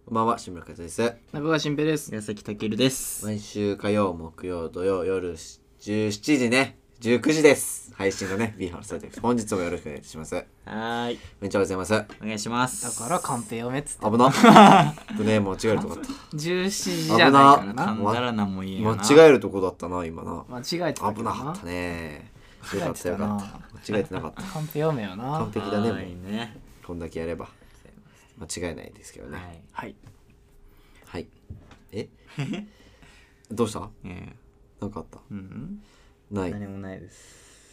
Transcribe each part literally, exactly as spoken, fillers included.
こんばんは、志村和です。 中川新平です。 矢崎たけるです。 毎週火曜、木曜、土曜、夜じゅうしちじね、じゅうくじです。配信のね、ビーハンスタジオです。本日もよろしくお願いします。はーい。 めっちゃおはようございます。 お願いします。 だからカンペ読めっつって。 危な。とね、間違えるとこだった。 じゅうしちじじゃないからな。 噛んだら何も言えんよな。 間違えるとこだったな、今な。 間違えてたけどな。 危なかったね。よか間違えってたよかたな。 った。間違えてなかった。 カンペ読めよな。 完璧だね、もう。 はいね。 こんだけやれば。間違いないですけどね。 はい。 はい。 はい。えどうした？ えなんかあった？ ー、うんない。 何もないです。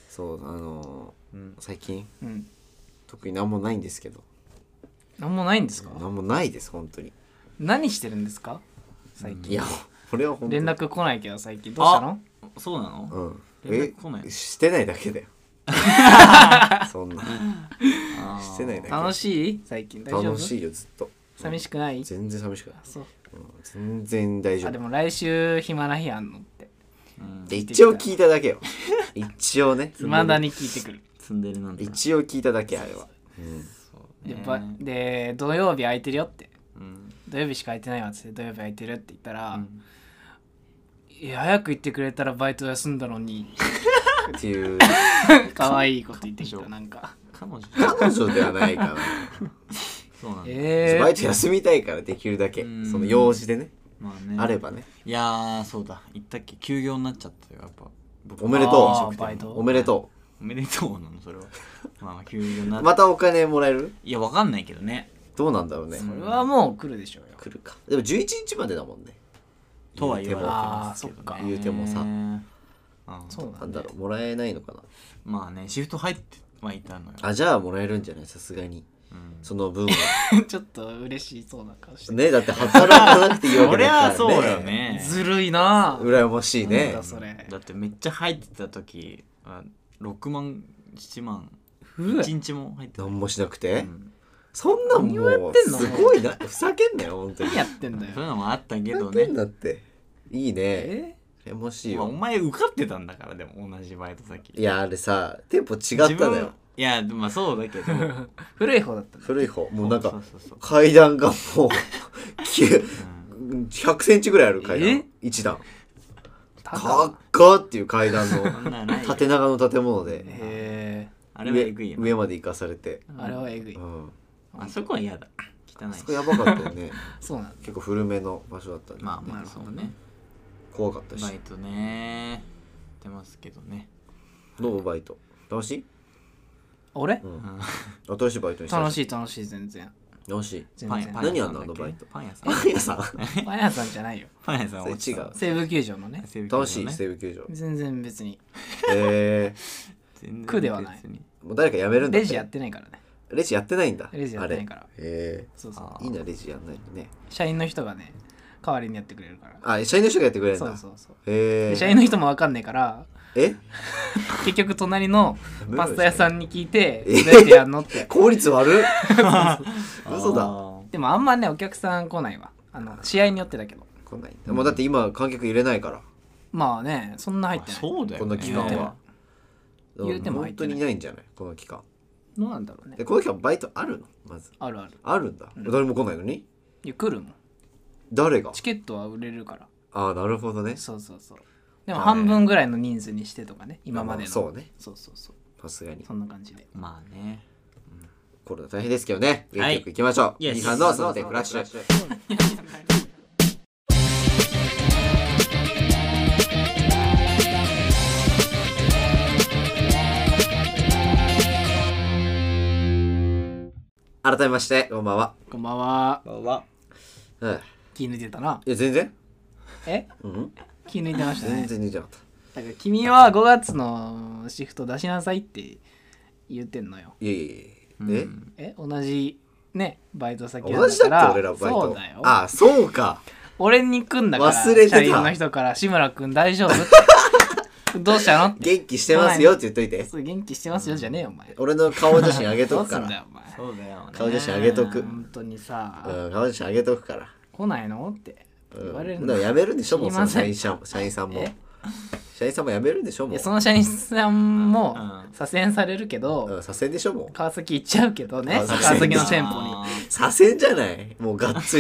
そう、あのーうん。 最近うん。 特になんもないんですけど。 なんもないんですか？ なんもないです、本当に。 何してるんですか？最近。 いや、俺は本当に連絡来ないけど最近どうしたの？ そうなの？ うん。 連絡来ないえしてないだけだよ。そんな。 あーしてないだけ。 楽しい？最近大丈夫？ 楽しいよ、ずっと。 寂しくない？ 全然寂しくない。 そう。 うん全然大丈あ、で夫。 も来週暇な日あんのって。 うんで一応聞いただけよ。一応ね。 未だに聞いてくる。 積んでるなんて。 一応聞いただけ、あれは。うんそうね。 でばで土曜日空いてるよって。 うん。 土曜日しか空いてないわっつって土曜日空いてるって言ったら、 うんいや早く言ってくれたらバイト休んだのにっていう。 可愛いこと言ってきたなんか彼女。 彼女ではないかな。 そうなんだ。 えー、 バイト休みたいからできるだけ。 うんその用事でね。 まあね。 あればね。 いやー、そうだ。言ったっけ休業になっちゃったよ、やっぱ。僕おめでとうあー飲食店バイトおめでとおめでとうなの、それは。まあまあ、休業になう。 っまたお金もらえる？ いや、わかんないけどね。 どうなんだろうね。 それはもう来るでしょうよ。 来るか。でもじゅういちにちまでだもんね。 とは言われてあますけどね。 ーそっか言うてもさうんそうだねなんだろう、もらえないのかな。 まあね、シフト入ってはいたのよ。 あ、じゃあもらえるんじゃない、さすがに。 うんその分は。 ちょっと嬉しそうな顔して、 ね、だって働かなくていいわそりけだからね。 ゃそうよ。ね。 ずるいなぁ。 羨ましいなんねだ。それ。 だってめっちゃ入ってた時あろくまん、ななまん、 うわいちにちも入ってた。 何もしなくて、 うんそんなん何をやもうってんのすごいな。ふざけんなよ、本当に。 何やってんだよそういうのもあったけどねふざけん。なって。いいね。 え羨ましいまあおよ。 前受かってたんだから、でも同じバイト先。 いや、あれさ、テンポ違った自分のよ。 いや、まあそうだけど。 古い方だったんだ。 古い方。もうなんかそう、そうそう階段がもう、きゅうんひゃくセンチぐらいある階段え。 一段。 ただかっかっていう階段そんのなないよ縦長の建物で。 へあれはえぐいよ上。上まで行かされて。 ー、あれはえぐい。 うん。 あそこは嫌だ。汚いしあそこやばかったよね。 そうなんだ。 結構古めの場所だったんで、 まあまあなるほどねそうね。 怖かったしバ。イトねやってますけどね。 どうバイト楽しい？ 俺う、 うんん新しいバイトにした楽しい楽しい全然。 楽しい。 全然。 パンパン何あんの屋さんだっけあのバイトパン屋さん。 パン屋さんパン屋さんじゃないよ。 パン屋さんそれ違う西武球場のね。 楽しい西セ武球場。 全然別に。 え苦ではないー、もう誰か辞めるんだって。 レジやってないからね。 レジやってないんだ。 レジやってないからあれえそうそう。 ー、いいなレジやんないのね。 社員の人がね、代わりにやってくれるから。 あ、社員の人がやってくれるんだ。 そうそうそう。 へえ。 で社員の人もわかんないから、 え？ 結局隣のパスタ屋さんに聞いて、 えどうやってやんのって。 効率悪っ。嘘だ。 だ。 でもあんまね、お客さん来ないわ。あの、試合によってだけど。 来ないんだ。もうだって今観客入れないから。 まあね、そんな入ってない。 そうだよね。 この期間は。 言うても入本当ってないにいないんじゃないこの期間。 どうなんだろうねで。この期間バイトあるのまず。 あるある。 あるんだ。 うん誰も来ないのに？ いや、来るもん。 誰が？ チケットは売れるから。 ああ、なるほどね。 そうそうそう。でも半分ぐらいの人数にしてとかね、今までの。 あそうね。 そうそうそう。 さすがに。 そんな感じで。 まあね。 コロナ大変ですけどね。 はい元気よく行きましょう。 Yes ミーハンのサタデーフラッシュ。改めましてこんばんは。 こんばんは。 は。 うん気抜いてたな。 いや全然。 えうん。 気抜いてましたね。 全然似てなかっだから君はごがつのシフト出しなさいって言ってんのよ。 た。いやいやいや。え？ え同じね、バイト先同じだっけ俺らバイト。 そうだよ。 あ、そうか。 俺に来んだから、 忘れてた社員の人から志村くん大丈夫ってどうしたのって。 元気してますよって言っといて。 そう元気してますよじゃねえよお前。 俺の顔写真あげとどうくから。 すんだよお前。 そうだよね。 顔写真あげとく。 本当にさ、 うん、顔写真あげとくから。 来ないのってうん言われるんだから辞めるんでしょもうその知りません社員さん社員さんもえ社員さんも辞めるんでしょもういやその社員さんもうん左遷されるけど、 うん左遷でしょもう川崎行っちゃうけどね、 川崎川崎の店舗に。 あー左遷じゃないもうがっつり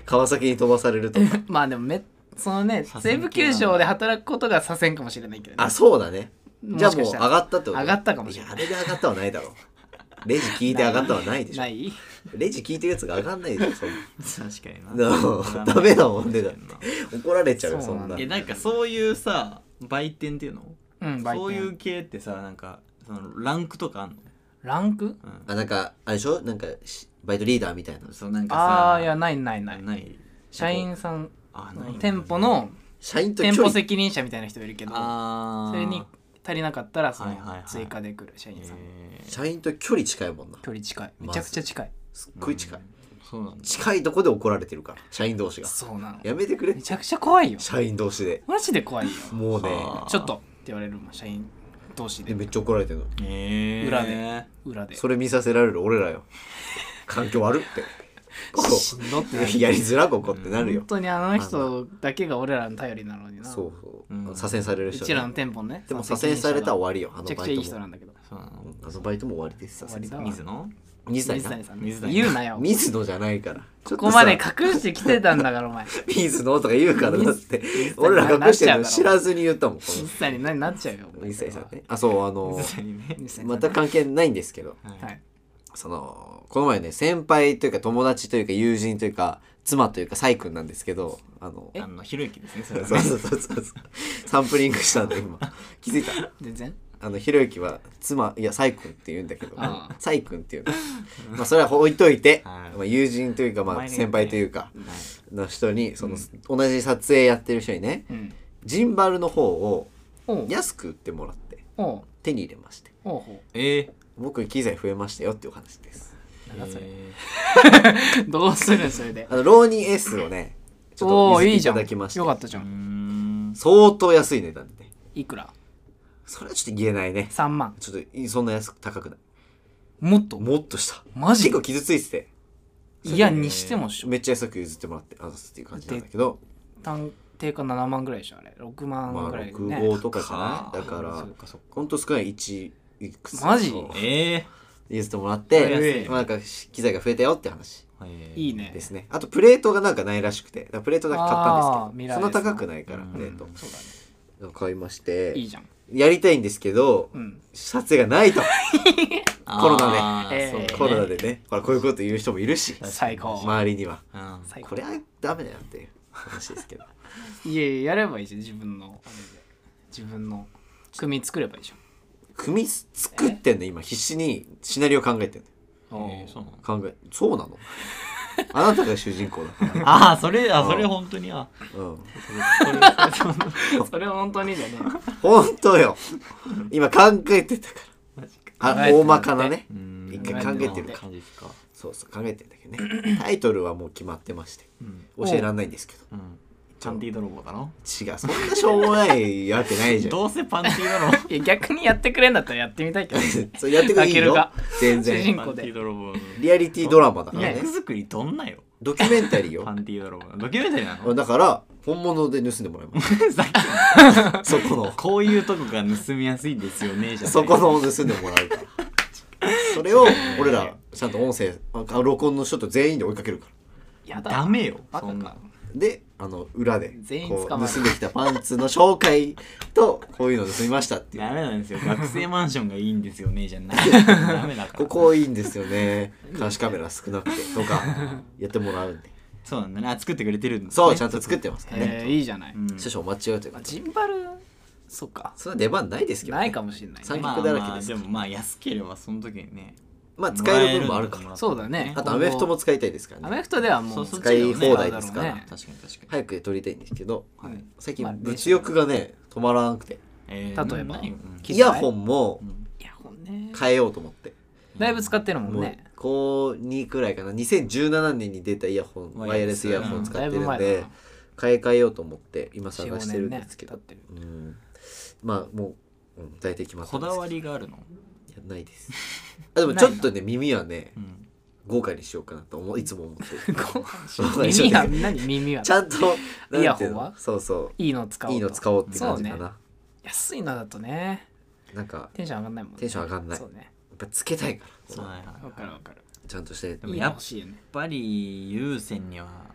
川崎に飛ばされるとかまあでもめそのね左遷系西武球場で働くことが左遷かもしれないけどね。 あそうだね。じゃあもう上もしかしたらがったってこと上がったかもしれないやあれで上がったはないだろう。レジ聞いて上がったはないでしょ。 ないレジ聞いてるやつが上がんないでしょそん確かにななダメだもんねだって怒られちゃうよそなんだそうんなえなんかそういうさ売店っていうのうん売店そういう系ってさなんかそのランクとかあんの、 ランクうん、 あなんかあれでしょなんかしバイトリーダーみたいなそうなんかあさあいやないないないない社員さんあない店舗の社員と距離店舗責任者みたいな人いるけどあーそれに足りなかったらそのはいはいはい追加で来る社員さんえー社員と距離近いもんな距離近いめまずちゃくちゃ近いすっごい近い、 そうなんだ近いとこで怒られてるから社員同士がそうなのやめてくれめちゃくちゃ怖いよ社員同士でマジで怖いよもうねはあちょっとって言われるもん社員同士ででめっちゃ怒られてるのえー、 裏で裏でそれ見させられる俺らよ環境悪ってここしんどってなるやりづらここってなるよ本当にあの人だけが俺らの頼りなのになそうそう、 うん左遷される人、ね、 うちらの店舗ねでも左遷されたら終わりよあのめちゃくちゃいいバイトも人なんだけどそうなのうんあのバイトも終わりです終わりだわ水野水谷さん水谷さんね水谷言うなよ水野じゃないからここまで隠してきてたんだからお前水野とか言うからだって水谷俺ら隠してるのなっちゃうから知らずに言ったもんこ水谷何になっちゃうよの水谷さんねあそうあの水谷ね水谷さんまた関係ないんですけどはいはいそのこの前ね先輩というか友達というか友人というか妻というかサイ君なんですけどあのあのひろゆきですねそれはそうねそうそうそうサンプリングしたんで今気づいた全然あのひろゆきは妻いやサイ君って言うんだけどああサイ君っていうのまあそれは置いといて、 はいまあ、友人というかまあお前が言うね先輩というかはいの人にその、同じ撮影やってる人にねうんジンバルの方をおう安く売ってもらっておう手に入れましておうほえー僕機材増えましたよっていうお話ですうなんだそれえうどうするそれであのローニー S をねちょっと譲っていたおおいいじゃんだきましてよかったじゃーうんーん相当安い値段でねいくらそれはちょっと言えないねさんまんちょっとそんな安く高くないもっともっとしたマジ結構傷ついてていやにしてもしょめっちゃ安く譲ってもらってあざすっていう感じなんだけど単定価ななまんぐらいでしょあれろくままあんぐらいろくね号とかじゃないだからそうかそうかほんと少ないいちいくつマジそうえ譲ってもらっそれ安ていまあなんか機材が増えたよって話ーえーいいねですねあとプレートがなんかないらしくてだからプレートだけ買ったあーんですけどそんな未来ですね高くないからうんプレートそうだね買いましていいじゃんやりたいんですけどうん撮影がないとコロナであーえーそうだねコロナでねほらこういうこと言う人もいるし最高周りにはうん最高これはダメだよっていう話ですけどいやいややればいいじゃん自分のあれで自分の組作ればいいじ組作ってんの今必死にシナリオ考えてんのゃんえーそうなの考えそうなのあなたが主人公だからああそれあそれ本当にあうんそれそれそれそれは本当にじゃね本当よ今考えてたからマジかあ考えてた大まかなねうーん一回考えてる感じですかそうそう考えてんだけどねタイトルはもう決まってましてうん教えらんないんですけどうんパンティー泥棒だろ違うそんなしょうもないわけないじゃんどうせパンティーだろいや逆にやってくれんだったらやってみたいけどそうやってくれいいよタケルが全主人然公でパンティー泥棒のリアリティドラマだからね役作りどんなよドキュメンタリーよパンティー泥棒ドキュメンタリーなのだから本物で盗んでもらいますさっきそこのこういうとこが盗みやすいんですよねじゃないそこのを盗んでもらうからそれを俺らちゃんと音声あ録音の人と全員で追いかけるからやだダメよバカかそんなであの裏で全員こう捕まる盗んできたパンツの紹介とこういうの盗みましたっていうダメなんですよ学生マンションがいいんですよねじゃないダメだからここいいんですよね監視カメラ少なくてとかやってもらうんでそうなんだねあ作ってくれてるんだねそうちゃんと作ってますからねえーいいじゃないうん少々お待ちよというかあジンバルそっかそんな出番ないですけどねないかもしれない三ねまあ曲だらけですまあでもまあ安ければその時にねまあ使える分もあるからそうだねあとアメフトも使いたいですからねアメフトではもうそう使い放題ですからだろうね確かに確かに早く撮りたいんですけどはい最近まあ物欲がね止まらなくてえー例えば何うん機材イヤホンもうんイヤホンね変えようと思ってだいぶ使ってるもんもうね高にくらいかなにせんじゅうななねんに出たイヤホンワワイヤレイヤレススイヤホン使ってだいぶるんで前だな買い替えようと思って今よん、 探してるんですけど経ってるうんまあもううん大体決まったこだんですけどわりがあるのいやないですあでもちょっとね耳はねうん豪華にしようかなと思ういつも思ってる耳は何耳はちゃんとなんていうのイヤホンはそうそいいの使おうとういいの使おうって感じかそうねな安いのだとねなんかテンション上がんないもんねテンション上がんないそうねやっぱつけたいからはいはいわかるわかるちゃんとしてでもいいのやっ欲しいよねぱり優先には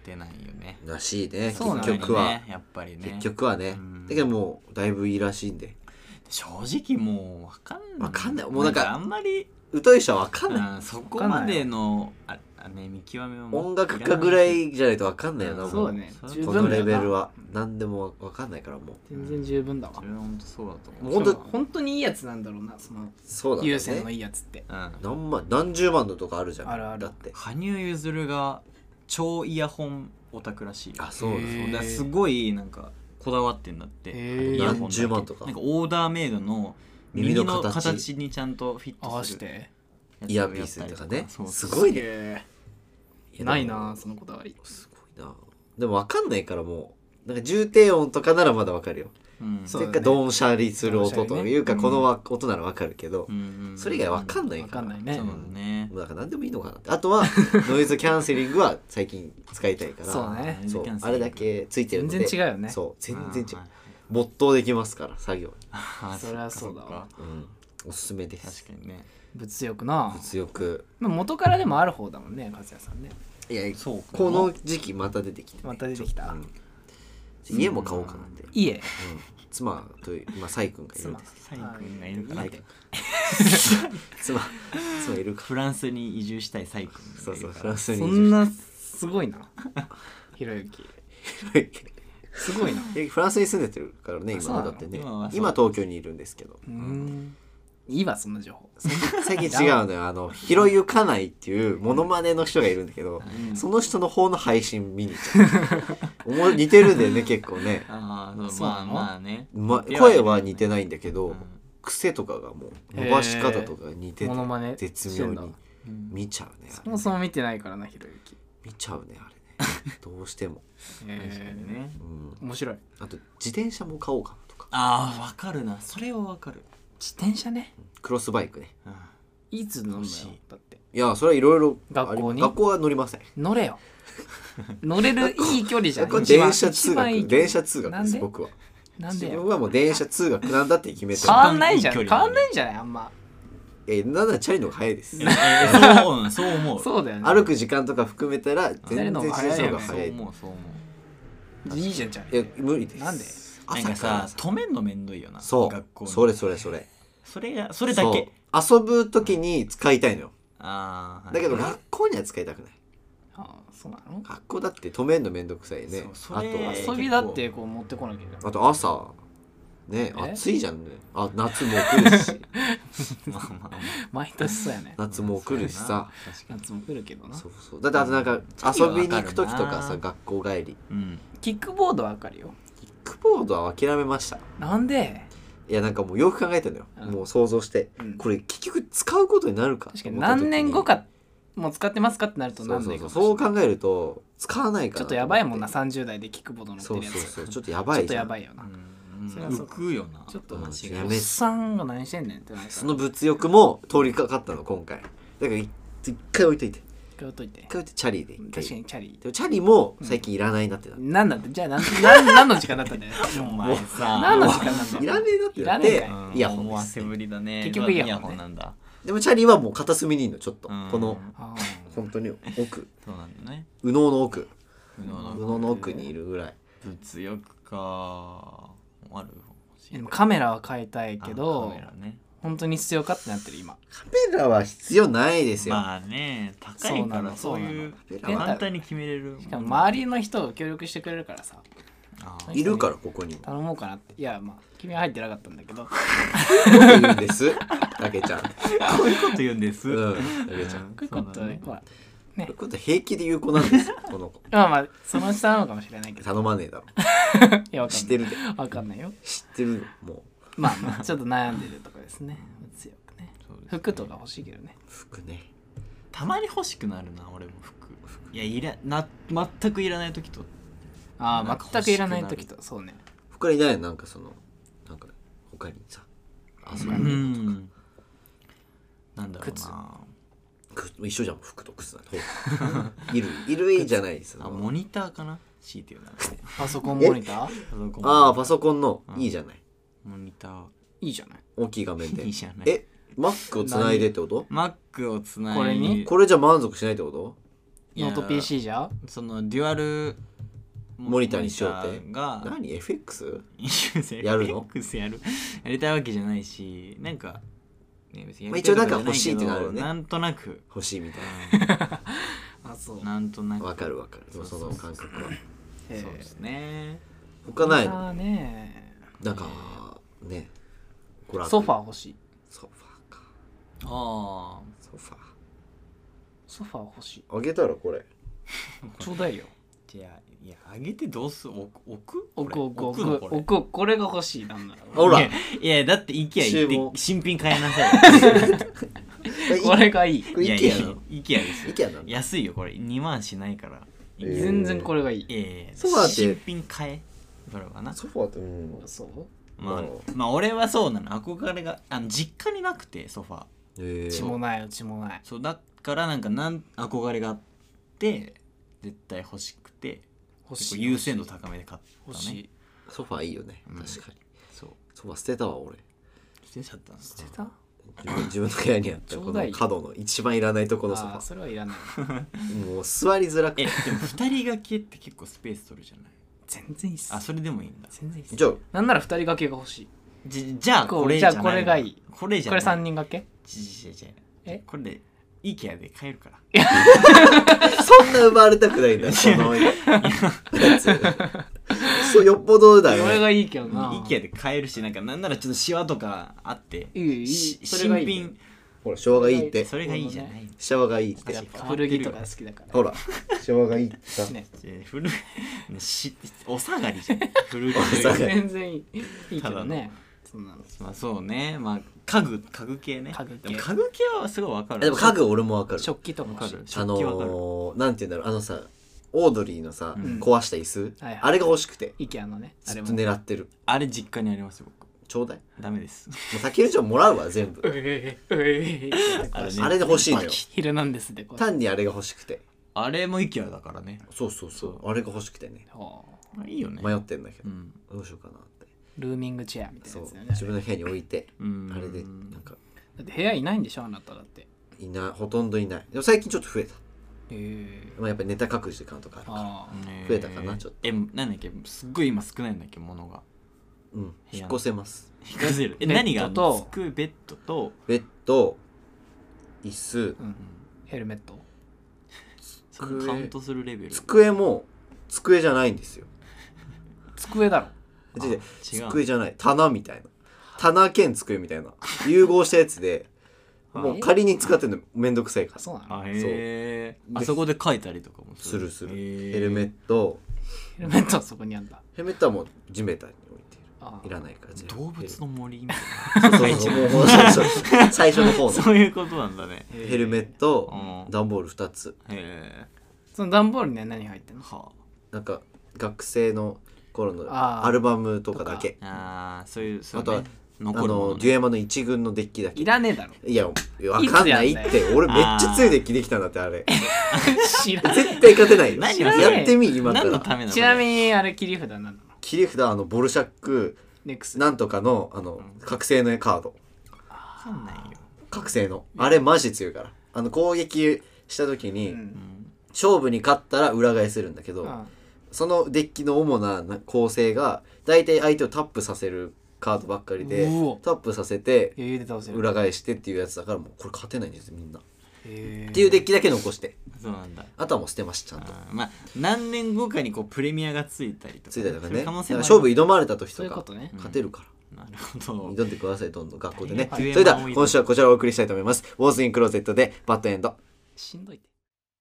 てないよね。 らしいねそうなんだ結局は、 ねやっぱりね。 結局はね、 うんだけどもうだいぶいいらしいんで、 正直もうわかんない。 わかんないもうなんかあんまり、 疎い人は分かんない、 うんそこまでのああね見極めはもう音楽家ぐらいじゃないと分かんないよな、 うんもそうだねそう十分だよなこのレベルは何でも分かんないからもう全然十分だわそれは本当そうだと思う。 もうほんとそう本当にいいやつなんだろうなそのそうなんだよ有線のねいいやつってうん。 何万何十万のとかあるじゃんあるあるだって羽生結弦が超イヤホンオタクらしいよ。 あそうだへーだからすごいなんかこだわってんだって。 へーイヤホンだけ何十万とかなんかオーダーメイドの耳耳のの形形にちゃんとフィッ合トするわしてやつをイヤーピースやったりとかねそうすごいねねやないなそのこだわりすごいなでも分かんないからもうなんか重低音とかならまだ分かるようんそうだねてかドンシャリする音というかドンシャリねこのわ音なら分かるけど、 うんうんそれ以外分かんないわかからんないねそうだね。 もうだから何でもいいのかなってあとはノイズキャンセリングは最近使いたいからそうねそうノイズキャンセリングあれだけついてるので全然違うよねそう全然違うはいはい没頭できますから作業あそりゃそうだわっかうんおすすめです確かにね。 物欲な物欲まあ元からでもある方だもんね和也さんねいやそうかこの時期また出てきてね、 また出てきたうん家も買おうかなって、うん、 家妻というまあサイ君がいるん妻ですサイ君がいるかなって。 妻妻いるかフランスに移住したいサイ君そうそうがいるから。 フランスにそんなすごいなひろゆきいすごいなやフランスに住んでてるからねそうなの今はだってね今はそう今東京にいるんですけどうーんいいわそんな情報最近違うのよあのひろゆかないっていうモノマネの人がいるんだけど、 うんその人の方の配信見に行っちゃう思い似てるんだよね結構ね、 ああ、 そうなのまあまあね。 ま、 似てはいる声は似てないんだけど、 うん癖とかがもう伸ばし方とか似ててモノマネ絶してんだ妙にうん見ちゃうねあれそもそも見てないからなひろゆき見ちゃうねあれねどうしても、 確かえにね。 うん、 面白いあと自転車も買おうかなとかああ、わかるな。それはわかる。 自転車ねクロスバイクねうんいつ乗るのよ欲しいだっていやそれはいろいろ学校に学校は乗りません乗れよ乗れるいい距離じゃん学校は一番電車通一番いい距離学電車通学なんでです僕は自なんでよ分はもう電車通学なんだって決めてる変わんないじゃん一番いい距離変わんないんじゃないあんまえなんならチャリの方が早いですええそううんそう思う。 そうだよね歩く時間とか含めたら全然の方が自早いよね転車の方が早いそう思うそう思う。 いいじゃんじゃいや無理ですなんでなんか朝からさ止めんのめんどいよな。 そ学校にうそれそれそれそれがそれだけ。 そう遊ぶ時に使いたいのよああ。 だけどはい学校には使いたくないああそうなの学校だって止めんのめんどくさいねあそうそれと遊びだってこう持ってこなきゃいけないあと朝ねえ暑いじゃんねあ夏も来るしまあまあまあ。 毎年そうやね夏も来るしさ確かに。 夏も来るけどなそうそうだってあとなんか遊びに行く時とかさ学校帰りうん。 キックボードはわかるよキックボードは諦めましたなんでいやなんかもうよく考えたのよ、 うんもう想像して、 うんこれ結局使うことになるか確かに何年後かもう使ってますかってなるとそう何年そうそう後かそう考えると使わないからちょっとやばいもんなそさんじゅう代でキックボード乗ってうるやつそうそうちょっとやばいちょっとじゃんやばいよなうんそれはそう浮くよな。 ちょっとうん間違いやめおっさんが何してんねんってなるからその物欲も通りかかったの今回だからい一回置いといて一回置いといて一回置いてチャリで一回確かにチャリでもチャリも最近いらないなってなって、 なんだってじゃあなんなん何の時間だったんだよお前さ。 何の時間なんだよいらねえなってなっいらねえかてうんイヤホンです思わせぶりだね。 結局イヤホンねなんだ。 でもチャリはもう片隅にいるのちょっとうんこのあ本当に奥そうなんだね。 右脳の奥右脳の右脳の奥にいるぐらい物欲か。あるーでもカメラは買いたいけあどカメラね。 本当に必要かってなってる今カメラは必要ないですよ、 まあね、高いからそういうそうなの簡単に決めれる。 しかも周りの人が協力してくれるからさありいるからここにも頼もうかなっていやまあ君は入ってなかったんだけど言うんですたけちゃんこういうこと言うんです。 うんたけちゃんこういうことねほらこういうこと平気で言う子なんですよこの子まあまあその下なのかもしれないけど頼まねえだろいやわかんない知ってるでわかんないよ知ってるよもうまあまあちょっと悩んでるとこですね強くねそうですね服とか欲しいけどね服ねたまに欲しくなるな、俺も服。いや、いらな全くいらない時と。 ああなんか全くいらない欲しくなる時とそうね他にないなんかそのなんか他にさ遊うびにん。なんだろう靴な。 一緒じゃん服と靴なんているいるいいじゃないですあ、モニターかな強いて言うならね。 パソコンモニターパソコンああパソコンのうんいいじゃないモニター。 いいじゃない大きい画面でいいじゃない。 え Mac をつないでってことマックをつないでこれにこれじゃ満足しないってこといやノート ピーシー じゃそのデュアルモニターにしようってモニターが何 エフエックス？ ややるのエフエックス やるやりたいわけじゃないし、なんか、ね、別にやまありたい一応なんかとじゃいけど欲しいってなるよねなんとなく欲しいみたいあそうな。なんとなくなわかるわかるでもその感覚はへーそうですね。 他ないのあーねなんかね娯楽ソファー欲しいソファーかあソファソファー欲しいーあげたらこれちょうだいよあ、じゃあいやあげてどうす置く置く置く置く置く置くのこれ。 置くこれが欲しいなんならほらいやいやだって IKEA 注文行って新品買いなさい。 これがいいこれいやいや IKEA なの IKEA ですよ。 IKEA なの安いよこれにまんしないから。 えー全然これがいいいやいやソファーって新品買えそれはな。 ソファーってうんそうまあうんまあ俺はそうなの憧れがあの実家になくてソファーえうちもないうちもないそうだからなんかなん憧れがあって絶対欲しくて欲しい結構優先度高めで買ったね。 欲しいソファーいいよねうん確かにそうソファー捨てたわ俺捨てちゃったんです捨てた自分自分の部屋にあったこのちょうだいよ角の一番いらないところのソフあーァそれはいらないーもう座りづらくてえでもふたり掛けって結構スペース取るじゃない。 全然いいっすあそれでもいいんだ。 全然いいっすじゃあなんなら二人掛けが欲しいじじゃあこうこれじゃないじゃあこれがいいこれじゃないこれ三人掛けじじじじえこれで IKEA で買えるから。 そんな奪われたくないんだそのやつそうよっぽどだよこれねがいいけどな IKEA で買えるしなんかなんならちょっとシワとかあっていいいいしそれがいい新品ほらシャワーがいいってそれがいいじゃない。 シャワーがいいってやっぱ古着とか好きだからほらシャワーがいいってさね古いねしお下がりじゃん古着お下がり全然いいいいけどねそんなのまあそうねまあ家具家具系ね家具系でも家具系はすごいわかる。 でも家具俺もわかる食器とか欲しいわかるあ食器わかる。 のー、なんて言うんだろうあのさオードリーのさ、 うん壊した椅子、 はいはいあれが欲しくて IKEA のねあずっとれも狙ってるあれ実家にありますよ僕。 ちょうだいもダメです。 う先のうちはもらうわ全部うえうえあれねあれで欲しいのよヒルナンデスでこう単にあれが欲しくてあれも IKEA だからね。 そうそうそうそうあれが欲しくてねほうまあいいよね。 迷ってんだけど、 うん。 どうしようかなってルーミングチェアみたいなそうやつだよね自分の部屋に置いてうんあれでなんかだって部屋いないんでしょあなただっていないほとんどいないでも最近ちょっと増えた、 へえまあ、やっぱりネタ書く時間とかあるからああね増えたかなちょっとえなんだっけすっごい今少ないんだっけ物が。 うん部屋引っ越せます引っ越せる。えベッド何があんのとつくベッドとベッド椅子うんヘルメットそのカウントするレベル。 机も机じゃないんですよ机だろ違う違う違う机じゃない棚みたいな棚兼机みたいな融合したやつでもう仮に使ってるのめんどくさいからそうなのあへえそうあそこで書いたりとかもするするへーヘルメットヘルメットはそこにあんだヘルメットはもう地べたに置いてあるいらないから全部動物の森みたいそうそうそうもうもうそうそう最初の方なのそういうことなんだね。 ヘルメットうん段ボールふたつへその段ボールには何入ってんのえはなんか学生の頃のあーアルバムとかだけああーそういうそう、ね、 あとはあ残るもの、ね、 のデュエマの一軍のデッキだけいらねえだろいやわかんないって俺めっちゃ強いデッキできたんだってあれ知ら絶対勝てないよ何がやってみ今か何のらためなのちなみにあれ切り札なの切り札あのボルシャックネックスなんとかのあの覚醒のカードわかんないよ、 覚醒のあれマジ強いからあの攻撃した時に、 うんうん、 勝負に勝ったら裏返せるんだけど、 うんそのデッキの主なな構成が大体相手をタップさせるカードばっかりでうおタップさせて余裕で倒せる裏返してっていうやつだからもうこれ勝てないんですよみんな、 へーっていうデッキだけ残してそうなんだ。 あとはもう捨てましたちゃんとあーまあ何年後かにこうプレミアがついたりとかついたりとかねそういう可能性もある勝負挑まれた時そうとかいうことね勝てるから、 なるほど挑んでくださいどんどん学校でね、 はいそれでは今週はこちらをお送りしたいと思います。ウォーズインクローゼットでバッドエンド。 しんどいって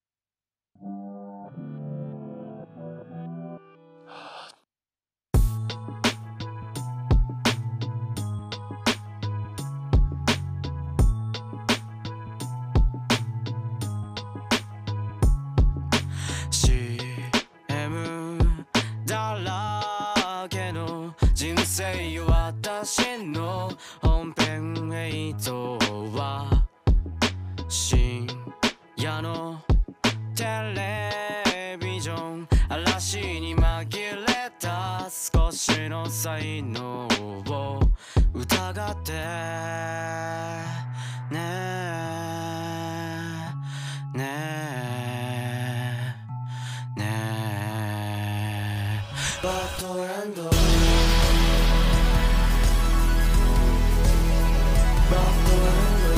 シーエム だらけの人生よ私の本編へとは深夜のテレビジョン嵐に紛れた少しの才能を疑ってねえねえバッドエンドバッドエンドバッドエンド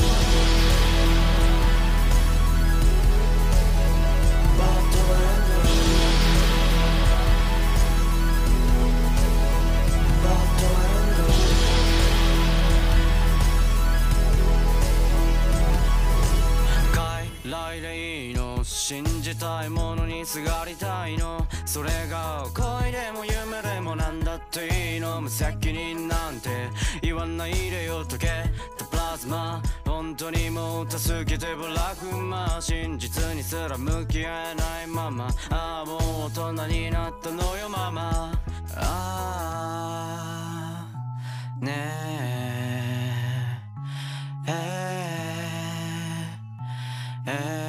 来でいいの信じたいものにすがりたいのそれが恋でも夢でもなんだっていいの無責任なんて言わないでよ溶けたプラズマ本当にもう助けてブラックマ真実にすら向き合えないままああもう大人になったのよママああねええええ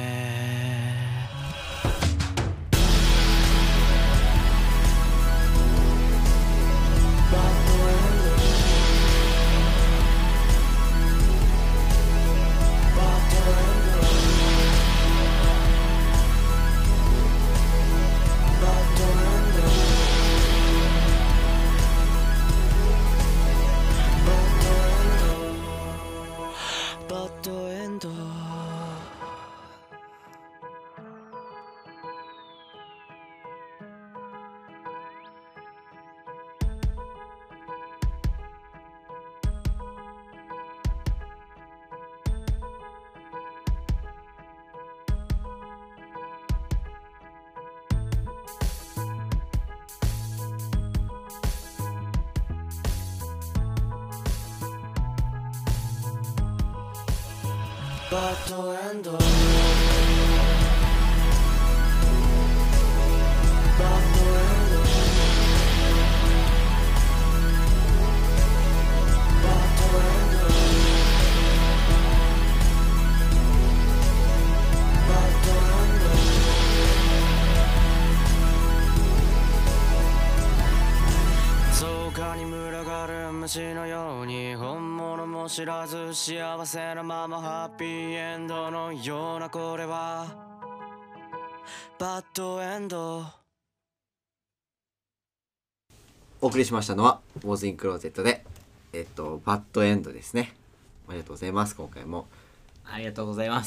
バッドエンドバッドエンド虫のように本物も知らず幸せなままハッピーエンドのようなこれはバッドエンド。 お送りしましたのはウォーズインクローゼットでえっとバッドエンドですね。ありがとうございます。今回もありがとうございます。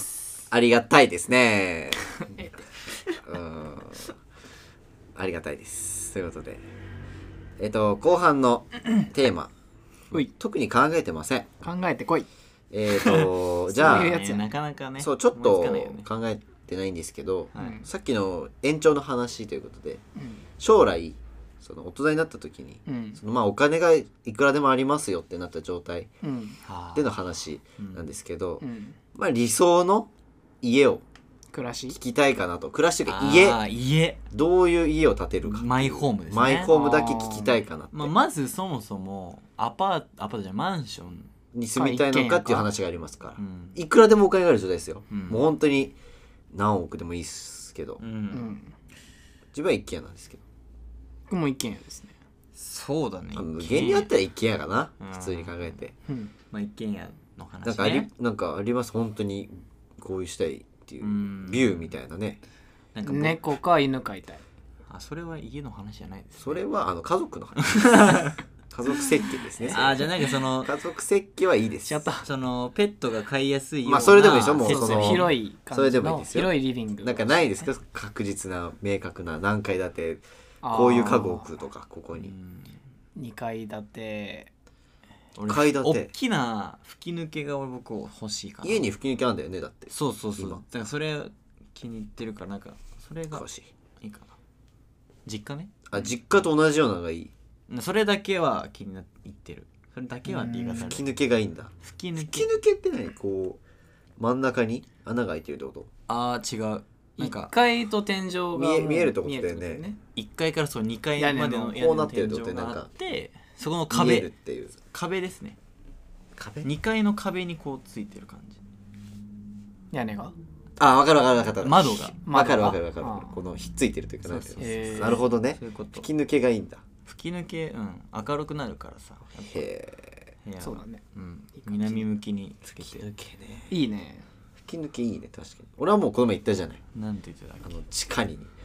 ありがたいですねうんありがたいです。ということでえっと後半のテーマ特に考えてません。 考えてこい。 えっとじゃあそういうやつやなかなかねそうちょっと思いつかないよね考えてないんですけど、 はいさっきの延長の話ということでうん将来その大人になった時にうんそのまあお金がいくらでもありますよってなった状態うんはあでの話なんですけど、 うんまあ理想の家を暮らし聞きたいかなと。暮らしというかあ家ー家どういう家を建てるかマイホームですね。 マイホームだけ聞きたいかなって、 まあ、まずそもそもアパートアパートじゃマンション、 に住みたいのかっていう話がありますから、 うんいくらでもお金がある状態ですよ、 うんもう本当に何億でもいいっすけど、 う、 うんん自分は一軒家なんですけど、 僕も一軒家ですね。 そうだね。 あ無一軒家限にあったら一軒家かな、 うん普通に考えてうんまあ一軒家の話ね。 なんかありなんかあります本当にこういうしたいっていううんビューみたいなね。 なんか僕猫か犬飼いたい。 あそれは家の話じゃないです、ね。 それはあの家族の話家族設計ですね。 あじゃあなんかその家族設計はいいです。 しちゃった。 そのペットが飼いやすいようなまあそれでもいいでしょもう設備その広い感じのそれでもいいですよ広いリビング。 なんかないですか確実な明確な何階建てこういう家具を置くとかここにうんにかい建て。 俺階建て大きな吹き抜けが俺僕欲しいかな。 家に吹き抜けあるんだよねだって。 そうそうそう。だ今からそれ気に入ってるからなんかそれが欲しい。 いいかな。実家ね。 あ実家と同じようなのがいい。 それだけは気になってる。それだけはって言い方ある吹き抜けがいいんだ。 吹き抜吹きけ。 抜けって何こう真ん中に穴が開いてるってこと？ ああ違う。なん一か階と天井がもう見え見えるってことだよね見えるってこいっかいからそうにかいまでの屋根のこうなってる天ってことね井があってそこの見えるっ壁ていう。 壁ですね。 壁？ にかいの壁にこうついてる感じ。 屋根が。 あ分かる分かる分かる。 窓が分かる分かる分かるあ。 このひっついてるというかなんていうのそうそうそうなるほどねそう。いうこと。 吹き抜けがいいんだ。 吹き抜けうん明るくなるからさ。 へえ。 部屋はそうだね。 うん南向きにつけて。 けね。 いいね。 吹き抜けいいね確かに。俺はもうこの前言ったじゃない。 なんて言ってたっけ。 あの地下に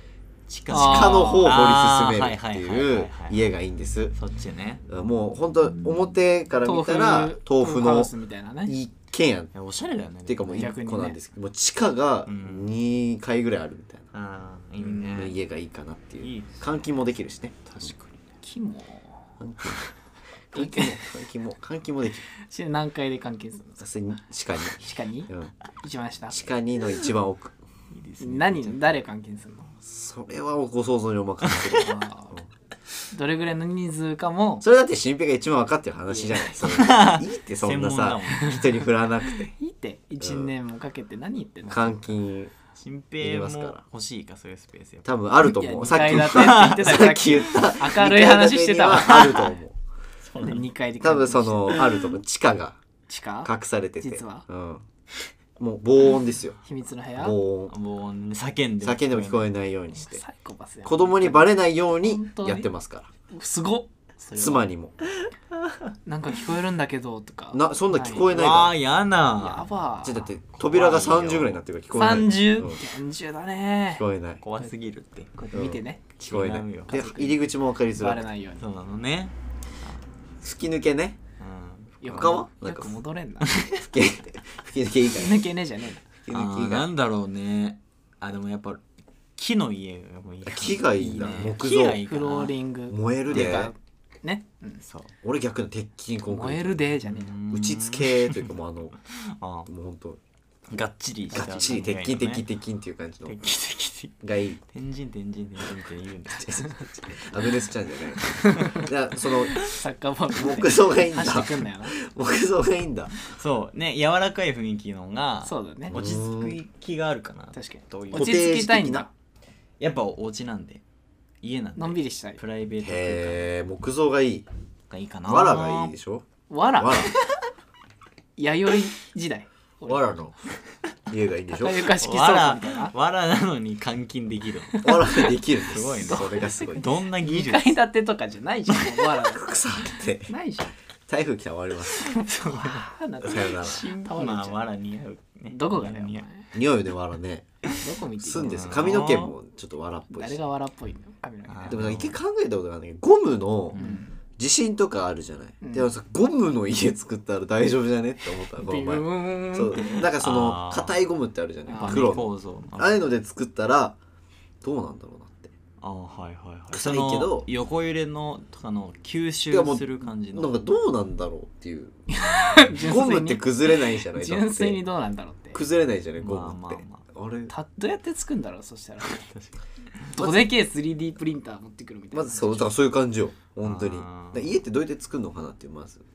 地下の方を掘り進めるってあーはいはいはいいうはいはい家がいいんです。 そっちね。 もうほんと表から見たら豆腐のハウスみたいなね。 一軒家っいやおしゃれだよね。 ていうかもう一逆にね個なんですけど、もう地下がうんにかいぐらいあるみたいな、 ああいいね。 家がいいかなっていう。 いい換気もできるしね。 確かに。 木も換気も換気も換気もできる。 し何階で関係するの？ さすがに地下に、 地下にうん、 一番下。 地下にの一番奥。 いいですね。 何誰関係するの？ それはご想像にお任せする。 あーどれぐらいの人数かもそれだって新平が一番分かってる話じゃない。それいいってそんなさ専門だ人に振らなくて。 いいっていちねんもかけて何言ってんの？ 換気新でき平ますからも欲しいかそういうスペースやっぱ。 多分あるといや思う。さっきにかい建てって言ってたよさっき言った明るい話してたわにかい建てにはあると思う。 そうなのにかいで多分そのあると思う。地下が地下隠されてて、 実はうん、もう防音ですよ。 秘密の部屋防音。 もう叫んで叫んでも聞こええないようにして、 サイコパスやん子供にバレないように本当にやってますから。 すごっそれは妻にもなんか聞こえるんだけどとかな、そんな聞こえないわかあややな。 ばら。だって扉がさんじゅうぐらいになってるから聞こえない。 さんじゅううん厳重だね聞こえない。 怖すぎるって。 こうやって見てね聞こえない。 違うよで入り口も分かりづバらくて、 レないようにそうなのね。 吹き抜けね。 うん。 よく他はなんかよく戻れんな吹き吹き抜け以外。 抜けねえじゃね吹きあー抜け以外。 なんだろうね。あでもやっぱ木の家がもういいかな。 木がいいな。 いいね木造木がいいえフローリング燃えるで。 ねうんそう。 俺逆の鉄筋コンクリート。 燃えるでじゃねえうん打ち付けというかもうあのあもうほんとがっちりしたがっちり鉄筋鉄筋鉄筋っていう感じの鉄筋鉄筋がいい。 天神天神天神って言うんだアグネスちゃんじゃない。いやそのサッカーボール木造がいいんだ。 走ってくんだよな木造がいいんだ。 そうね柔らかい雰囲気のがそうだね落ち着く気があるかな確かにどういう落ち着きたいんだやっぱお家なんで家なんでのんびりしたいプライベート空へえ木造がいい。 間がいいかなわらがいいでしょ。 わらわ弥生時代らわらの家がいいんでしょ。 高床式倉わら庫みたいなわらなのに監禁できるわらができるんです。 すごいねそれがすごい。 どんな技に術かい建てとかじゃないじゃんわら草ってないじゃん台風来たら終わります。 あなんかさよなら。 倒れちゃうまあわら似合うねどこがだよお前似合う匂いでわらね。 どこ見てすんですうん髪の毛もちょっとわらっぽいし。 誰がわらっぽいの髪の毛あーでもなんか一回考えたことがあるんだけどゴムのうん地震とかあるじゃない。 うんでもさゴムの家作ったら大丈夫じゃねって思ったのこのビュ前。 ーンそうなんかそのあー硬いゴムってあるじゃない。 あー黒の。 構造ああいうので作ったらどうなんだろうなって。 あはいはいはい臭いけどその横揺れのとかの吸収てかもうする感じのなんかどうなんだろうっていう。 純ゴムって粋に崩れないじゃない。だって純粋にどうなんだろうって崩れないじゃないゴムって。 まあまあまあれたどうやって作るんだろうそしたら確かどでけえ スリーディー プリンター持ってくるみたいなまずそうだからそういう感じよ本当に。 あーだから家ってどうやって作るのかなっていうまず。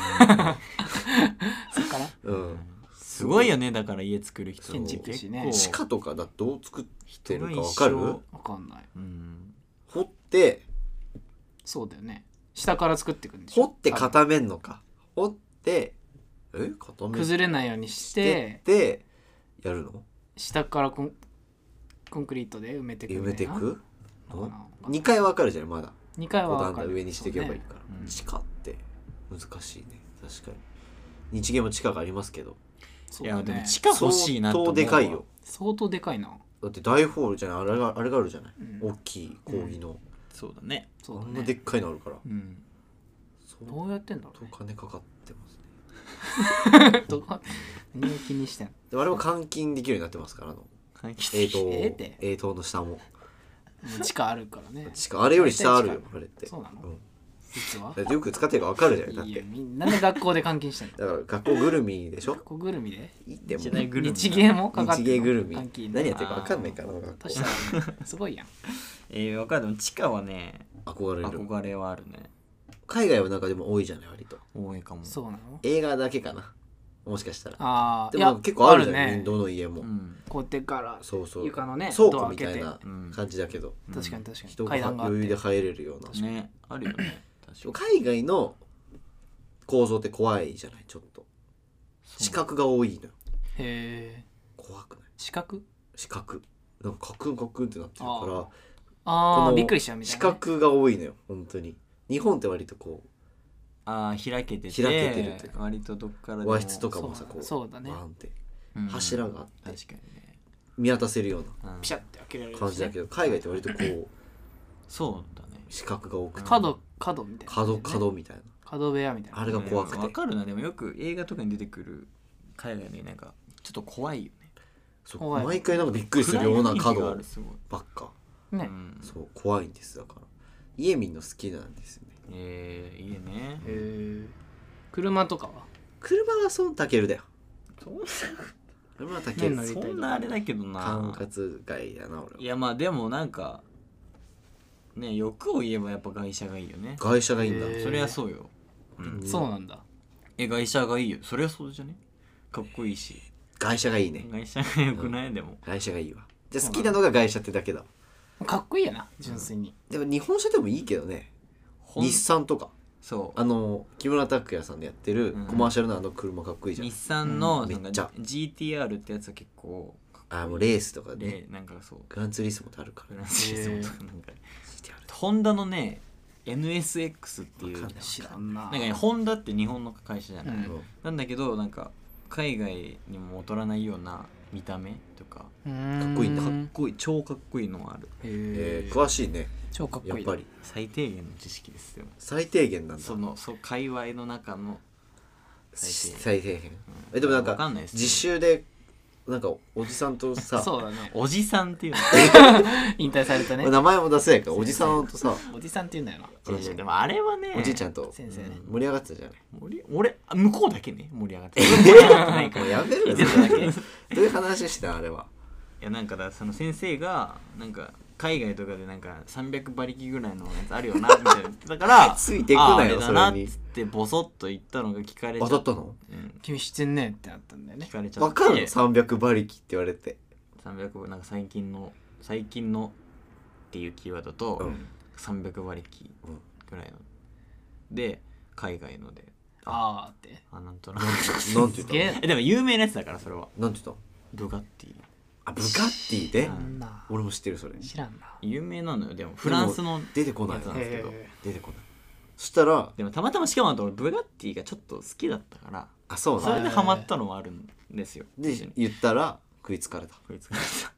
そっからうん。 すごいよねだから家作る人建築士ね結構地下とかだどう作ってるかわ人かるが一緒？ わかんないうん掘ってそうだよね下から作っていくんでしょ掘って固めんのか。掘ってえ固め崩れないようにししててやるの？ 下からコンコンクリートで埋めていく埋めていくのかなにかいわかるじゃんまだ。 にかいはだんわかるだん上にしていけばいいから、 そうねうん地下って難しいね確かに。日芸も地下がありますけどそうだねいやでも地下欲しいなと思うわ相当でかいよ。 相当でかいなだって大ホールじゃないあれがあれがあるじゃない、 うん大きい講義の、 そうだねそうだねあんなでっかいのあるから、 うん相どうやってんだろう当ね金かかってますね。 どこ何を気にしてんので我々も換金できるようになってますからあの換気栄東ええって栄東の下ももう地下あるからね地下あれより下あるよ絶対地あれって。 そうなのん実はだってよく使ってるか分かるじゃないだっいいてよみんなで学校で監禁してんのだから学校ぐるみでしょ。 学校ぐるみでいいっても日大ぐるみ日芸もかかって日芸ぐるみ監禁何やってるか分かんないから学校そしたらすごいやんえー、分かるでも地下はね憧れる。 憧れはあるね海外はなんかでも多いじゃない割と。 多いかもそうなの映画だけかなもしかしたら。 ああでも結構あるじゃんねどの家も、 うんこうやってからそうそう床のね倉ドア開けて庫みたいな感じだけど、 確かに確かに人が階段があっ余裕でて入れるような。 ねあるよね確か海外の構造って怖いじゃないちょっと四角が多いのよ。 へえ怖くない四角四角なんかカクンカクンってなってるからあこのあびっくりしちゃうみたい四なね角が多いのよ本当に。日本って割とこあー開けてて開けてるっていうか割とどっからでもう和室とかもさこうそうだねバーンってうん柱があって確かにね見渡せるよううんピシャって開けられるな感じだけど、海外って割とこうそうだね四角が多くて角角みたいな、 角角みたいな角部屋みたいなあれが怖くてわかるな。でもよく映画とかに出てくる海外でなんかちょっと怖いよね。 そう怖い毎回なんかびっくりするような暗い雰囲気があ角るすごいばっかね、 うんそう怖いんですだから家見んの好きなんですよね。 えー、いいね。 へえ車とかは車はそんたけるだよ。 そん車はたける乗りたいそんなあれだけどな。 管轄外やな俺はいやまあでもなんかね欲を言えばやっぱ外車がいいよね。 外車がいいんだ。 へーそりゃそうよ。うん。 そうなんだ。 え外車がいいよ。そりゃそうじゃね。かっこいいし。 外車がいいね。 外車がよくない、でも。 外車がいいわ。じゃあ好きなのが外車ってだけだ。 かっこいいやな純粋に。 でも日本車でもいいけどね。 ほん日産とかそうあの木村拓哉さんでやってるうんコマーシャルのあの車かっこいいじゃん。 日産のうんなんかめっちゃジーティーアール ってやつは結構あもうレースとかね。 でなんかそうグランツーリスモってあるから。 フランスリスモとかなんかジーティーアールホンダのね エヌエスエックス っていうわかんない知らんな。 なんかねホンダって日本の会社じゃない、 うんなんだけどなんか海外にも劣らないような見た目とかかっこいいんだかっこいい超かっこいいのがあるえー、 へえ詳しいね。 超かっこいい。 やっぱり最低限の知識ですよ最低限なんだ。 そのそう界隈の中の最低限最低限。えでもなんかわかんないですね実習でなんかおじさんとさそうだね。 おじさんっていうの引退されたね。 名前も出せないからおじさんとさおじさんって言うんだよな。 違う違うでもあれはねおじいちゃんと先生ね盛り上がってたじゃない。 盛り俺あ向こうだけね盛り上がってる盛り上がってないからもうやめろよ聞いてただけいどういう話してたあれは。 やなんかだその先生がなんか海外とかでなんかさんびゃく馬力ぐらいのやつあるよなみたいなだからついてくなよああれだなっそれにつってボソッと言ったのが聞かれちゃ当たったの？ うん君知ってんねってなったんだよね聞。かれちゃってわかるのさんびゃく馬力って言われて。 さんびゃくなんか最近の最近のっていうキーワードと、 うんさんびゃく馬力ぐらいので海外のであーって。 あなんとなくなんて言ったの？ すげええでも有名なやつだからそれはなんて言ったの？ ブガッティあブガッティでうな。んな。 俺も知ってるそれ。 知らんな。 有名なのよでもフランスの出てこないやつなんですけどへ出てこない。そしたらでもたまたましかもあと俺ブガッティがちょっと好きだったからあそうなのそれでハマったのもあるんですよで一緒に言ったら食いつかれた。 こいつが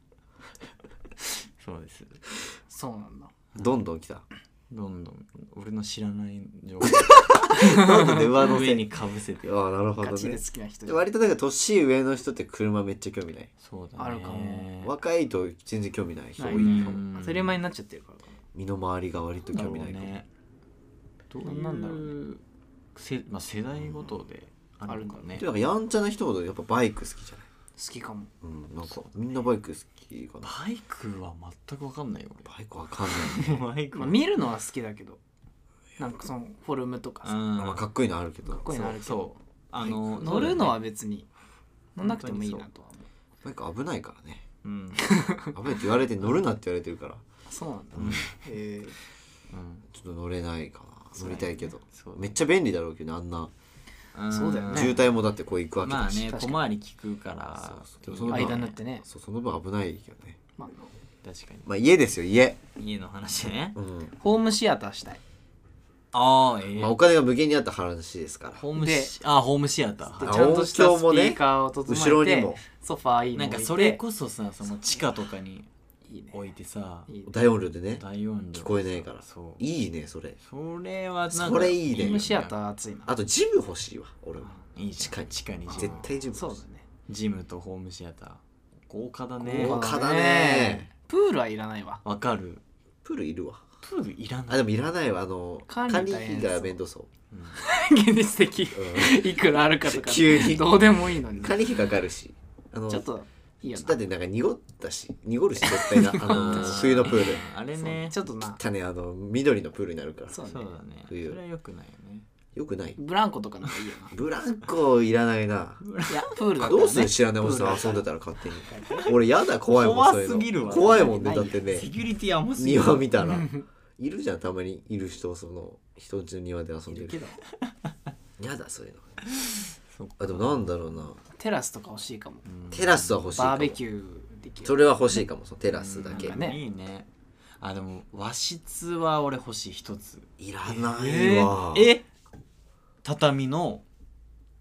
そうですそうなんだ。 どんどん来た。 どんどん俺の知らない情報どんどんで上乗せ。 上にかぶせてああなるほどねガチで好。きな人で割となんか年上の人って車めっちゃ興味ない。 そうだねあるかも若いと全然興味ない人多いないかも。 当たり前になっちゃってるからか身の回りが割と興味ないかも。 ねどうなんなんだろういうせ、まあ、世代ごとであるのかねでなんかやんちゃな人ほどやっぱバイク好きじゃない。 好きかも。 うんなんかみんなバイク好きかな。 バイクは全く分かんないよバイクわかんない。 俺バイクまあ、 は見るのは好きだけど、なんかそのフォルムとかさ、 うんまあかっこいいのあるけど。 かっこいいのあるけどそうあの乗るのはそうだよね別に乗んなくてもいいなとは思う。 バイク危ないからね。 うん危ないって言われて乗るなって言われてるからそうなんだ。 うんへえ。 うんちょっと乗れないかな。乗りたいけどそうめっちゃ便利だろうけどねあんなそうだよね渋滞もだってこう行くわけまあだし。 ね小確かに回り利くからそうそう間になってね。 そうその分危ないけどね。 まあ、 確かまあ家ですよ家。 に家の話ねうん。 ホームシアターしたい。 ああええまあお金が無限にあった話ですから。 ホームでシあホームシアターあでちゃんとしたスピ音響もねーカーを整えて、 後ろにもソファーいいのなん置いてかそれこそさその地下とかにいいね。 置いてさいいね大音量でね大音量聞こえないから。 そういいねそれ。 それはなんかそれいいねホームシアター熱いな。 あとジム欲しいわ俺は。 いいじゃん地下にジ絶ム対ジム欲しい。 そうだね。 ジムとホームシアター豪華だね豪華だね。 プールはいらないわ。 わかるプールいるわ。 プールいらないあでもいらないわあの管理管理大変費が面倒そう。 現実的。 ういくらあるかとか。 急にどうでもいいのにん。。管理費かかるし。あのちょっといいよな。 だってなんか濁ったし濁るし絶対なあの冬のプール。 あれねちょっとな。 だねあの緑のプールになるから。 そうねそうだねそ冬れはよくないよねよくない。 ブランコとかなんかいいよな。 ブランコいらないな。 いや、プールだったらね。 どうする知らないおじさん遊んでたら勝手に。俺やだ怖いもん怖そういうのすぎるわ怖いもんねだってねセキュリティ甘すぎる庭見たらいるじゃんたまにいる人その人んちの庭で遊んでるいるけど。 やだそういうのそっかあでもなんだろうなテラスとか欲しいかも。 テラスは欲しいかもバーベキューできる。 それは欲しいかもそのテラスだけなんかねいいねあでも和室は俺欲しい一ついらないわえ畳の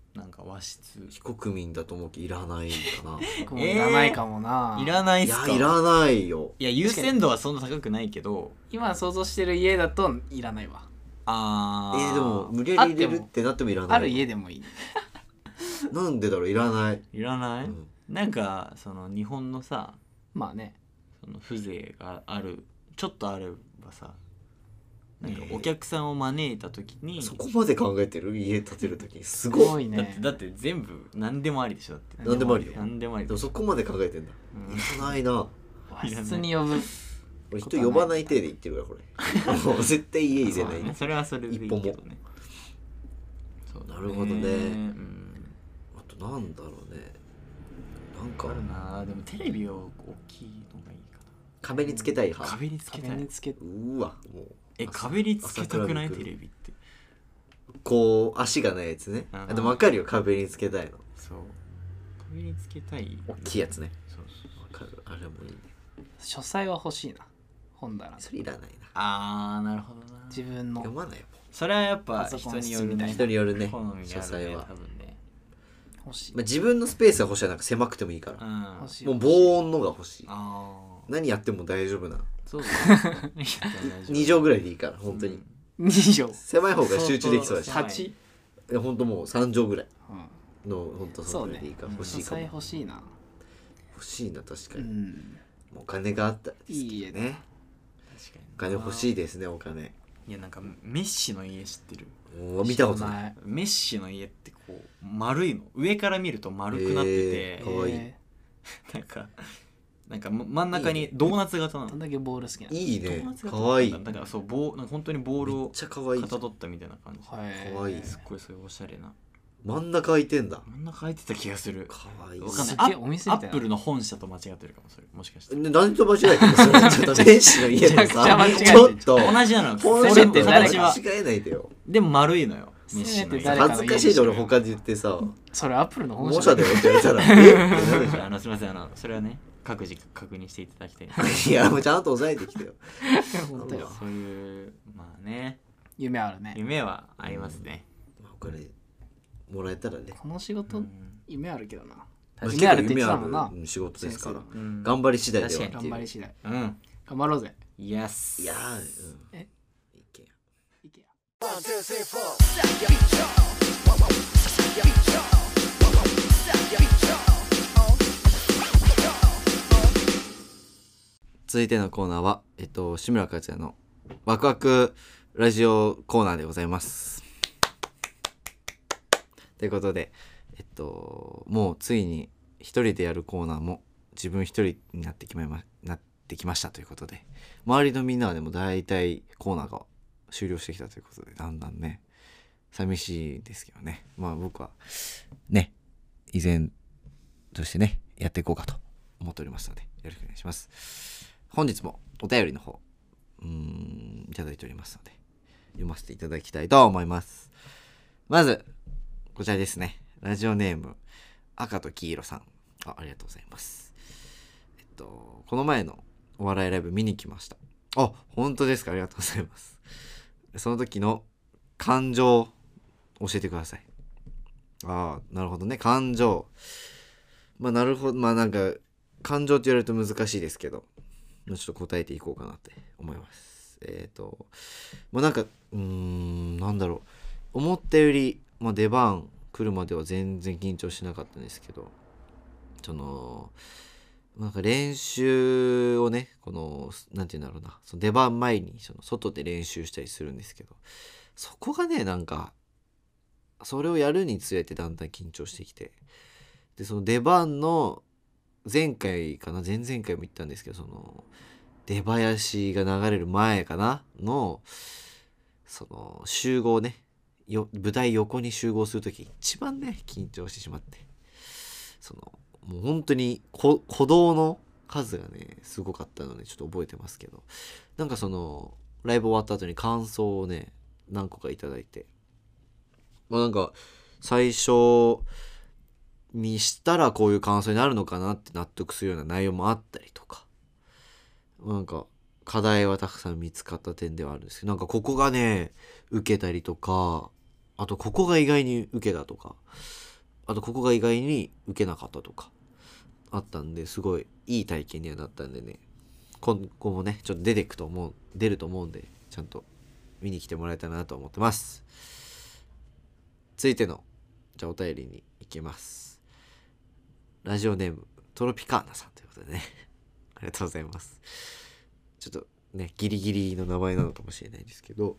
なんか和室非国民だと思うけどいらないかな僕もいらないかもな、 いらないっいすか。 やいらないよ。 いや優先度はそんな高くないけど、 今想像してる家だといらないわ。 あーえー、でも無理やり入れるってなってもいらない。 ある家でもいい。 なんでだろう、いらない。 いらない、 うんなんかその日本のさまあね、 その風情があるちょっとあればさ、なんかお客さんを招いた時に、 そこまで考えてる、家建てるときにすすごい。 ごいだってね。 だって全部何でもありでしょ。だって何でもありよ。 何でもありでもそこまで考えてんだ。 うんいらないな。 和室に呼ぶ。 俺人呼ばない体で言ってるからこれ。もう絶対家入れない。 そうねそれはそれでいいけどね。そうだなるほどねうんあとなんだろうね。なんかあるな。でもテレビを大きいのがいいか壁につけたいな。 派。 壁につけたい壁に。つけて。 うわもう。 え壁につけたくない朝倉未来テレビって。 こう足がないやつね。 うんあでも分かるよ、壁につけたいの。 そう。壁につけたい。 大きいやつね。 そうそう。 分かる。あれもいいね。 書斎は欲しいな。本棚。 それいらないな。 あーなるほどな。 自分の読まないもん。 それはやっぱパソコン人によるね。 室みたいな人によるね好みにあるね書斎は多分ね。 欲しい。 まあ、自分のスペースが欲しいはなんか狭くてもいいから。 うん。 欲しい。 もう防音のが欲しい。 ああ。 何やっても大丈夫な。 そうだね。 に畳ぐらいでいいから、本当に。 に畳。 狭い方が集中できそうだし。 相当はち。 いや本当もうさん畳ぐらいうん。 の本当そそうねのぐらいでいいから。欲し書斎いかも。 欲しいな。 欲しいな、確かうに。 ん。 お金があったらですけどいい家ね。 確かに。 お金欲しいですね、お金。 いやなんかメッシの家知ってる？ もう見たことない。 い。 メッシの家ってこう丸いの。上から見ると丸くなってて、 えーかわいいえなんかなんかま真ん中にドーナツ型なの。 ーどんだけボール好きなの？ いいねドーナツ。型かわいい。 だからそうボーなんか本当にボールめっをちゃかわいいかじゃん。 たどったみたいな感じ。 はい。 かわいいすっごいそういうおしゃれな。 真ん中空いてんだ。 真ん中入ってた気がする。 かわいい。 わかんない。 すげえアお店みたいなアップルの本社と間違ってるかもそれ。もしかして。 で何と間違えてるのそれちょっと天使の家のめちゃくちゃ間違えてさ、 るちょっと同じなの。 本せ社と間めて誰か形は。 違えないでよ。 でも丸いのよ。 せめてメッシの家。 誰かの恥ずかしいで俺他で言ってさ、 それアップルの本模社写だよって言われたら、えってなるじゃあのすみませんあのそれはね各自確認していただきたい。 ん。いやもうちゃんと押さえてきてよ。 本当よ。 そういうまあね夢あるね。 夢はありますね。 まあお金もらえたらね。 この仕事うん夢あるけどな。 まあ夢あるって言ってたもんな夢あるうん仕事ですから先。 うん頑張り次第では確か頑張り次第。 うん頑張ろうぜ。 イエスいやー、うん。 えいけや。 いけや。 続いてのコーナーは、えっと、志村克也のワクワクラジオコーナーでございます。ということで、えっと、もうついに一人でやるコーナーも自分一人になってきまいまなってきましたということで、周りのみんなはでも大体コーナーが終了してきたということで、だんだんね、寂しいですけどね。まあ僕はね、依然としてね、やっていこうかと思っておりますので、よろしくお願いします。本日もお便りの方、うーん、いただいておりますので、読ませていただきたいと思います。まず、こちらですね。ラジオネーム、赤と黄色さん。あ、ありがとうございます。えっと、この前のお笑いライブ見に来ました。あ、本当ですか？ありがとうございます。その時の感情、教えてください。ああ、なるほどね。感情。まあ、なるほど。まあ、なんか、感情って言われると難しいですけど、ちょっと答えていこうかなって思います。えっと、まあ、なんか、うーん、なんだろう。思ったより、まあ、出番来るまでは全然緊張しなかったんですけど、その、なんか練習をね、この、なんていうんだろうな、その出番前にその外で練習したりするんですけど、そこがね、なんか、それをやるにつれてだんだん緊張してきて、で、その出番の前回かな、前々回も言ったんですけど、その、出囃子が流れる前かなの、その、集合ね、よ舞台横に集合するとき一番ね、緊張してしまって、その、もう本当にこ鼓動の数がね、すごかったので、ちょっと覚えてますけど、なんかその、ライブ終わった後に感想をね、何個かいただいて、まあなんか、最初にしたらこういう感想になるのかなって納得するような内容もあったりとか、なんか、課題はたくさん見つかった点ではあるんですけど、なんかここがね、受けたりとか、 あとここが意外に受けたとか、あとここが意外に受けなかったとかあったんで、すごいいい体験にはなったんでね、今後もねちょっと出てくと思う出ると思うんで、ちゃんと見に来てもらえたらなと思ってます。続いてのじゃあお便りに行きます。ラジオネームトロピカーナさんということでねありがとうございます。ちょっとねギリギリの名前なのかもしれないですけど、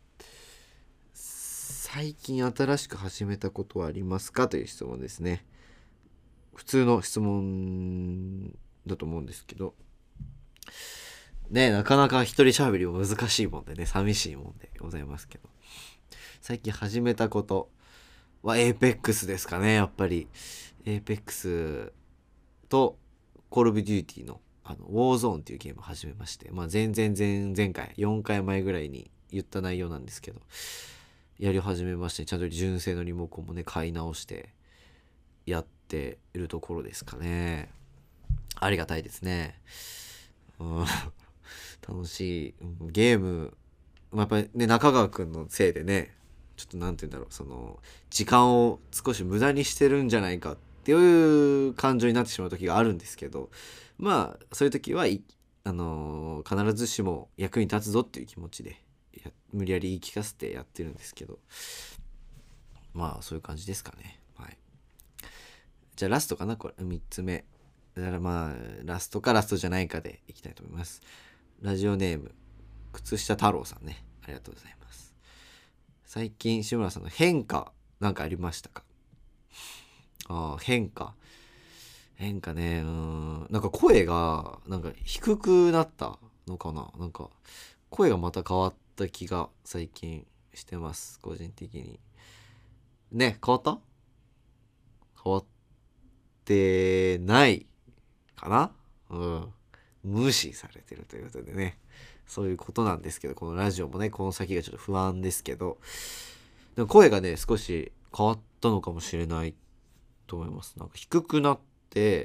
最近新しく始めたことはありますかという質問ですね。普通の質問だと思うんですけどね、なかなか一人喋りも難しいもんでね、寂しいもんでございますけど、最近始めたことは エーペックス ですかね。やっぱり エーペックス と Call of Duty のあの Warzone っていうゲームを始めまして、まあ前々前前回よんかいまえぐらいに言った内容なんですけど、やり始めまして、ちゃんと純正のリモコンもね買い直してやっているところですかね。ありがたいですね。うん楽しいゲーム、やっぱりね中川くんのせいでね、ちょっとなんて言うんだろう、その時間を少し無駄にしてるんじゃないかっていう感情になってしまう時があるんですけど、まあそういう時は、あのー、必ずしも役に立つぞっていう気持ちでや無理やり言い聞かせてやってるんですけど、まあそういう感じですかね。はい。じゃあラストかな、これみっつめだから、まあラストかラストじゃないかでいきたいと思います。ラジオネーム靴下太郎さんね、ありがとうございます。最近志村さんの変化なんかありましたか？ああ、変化変化ね、うーん、なんか声がなんか低くなったのかな、なんか声がまた変わった気が最近してます、個人的にね。変わった変わってないかな。うん無視されてるということでね、そういうことなんですけど、このラジオもねこの先がちょっと不安ですけど、でも声がね少し変わったのかもしれないと思います。なんか低くなって、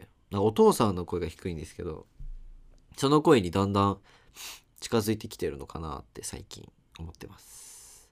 なんかお父さんの声が低いんですけど、その声にだんだん近づいてきてるのかなって最近思ってます。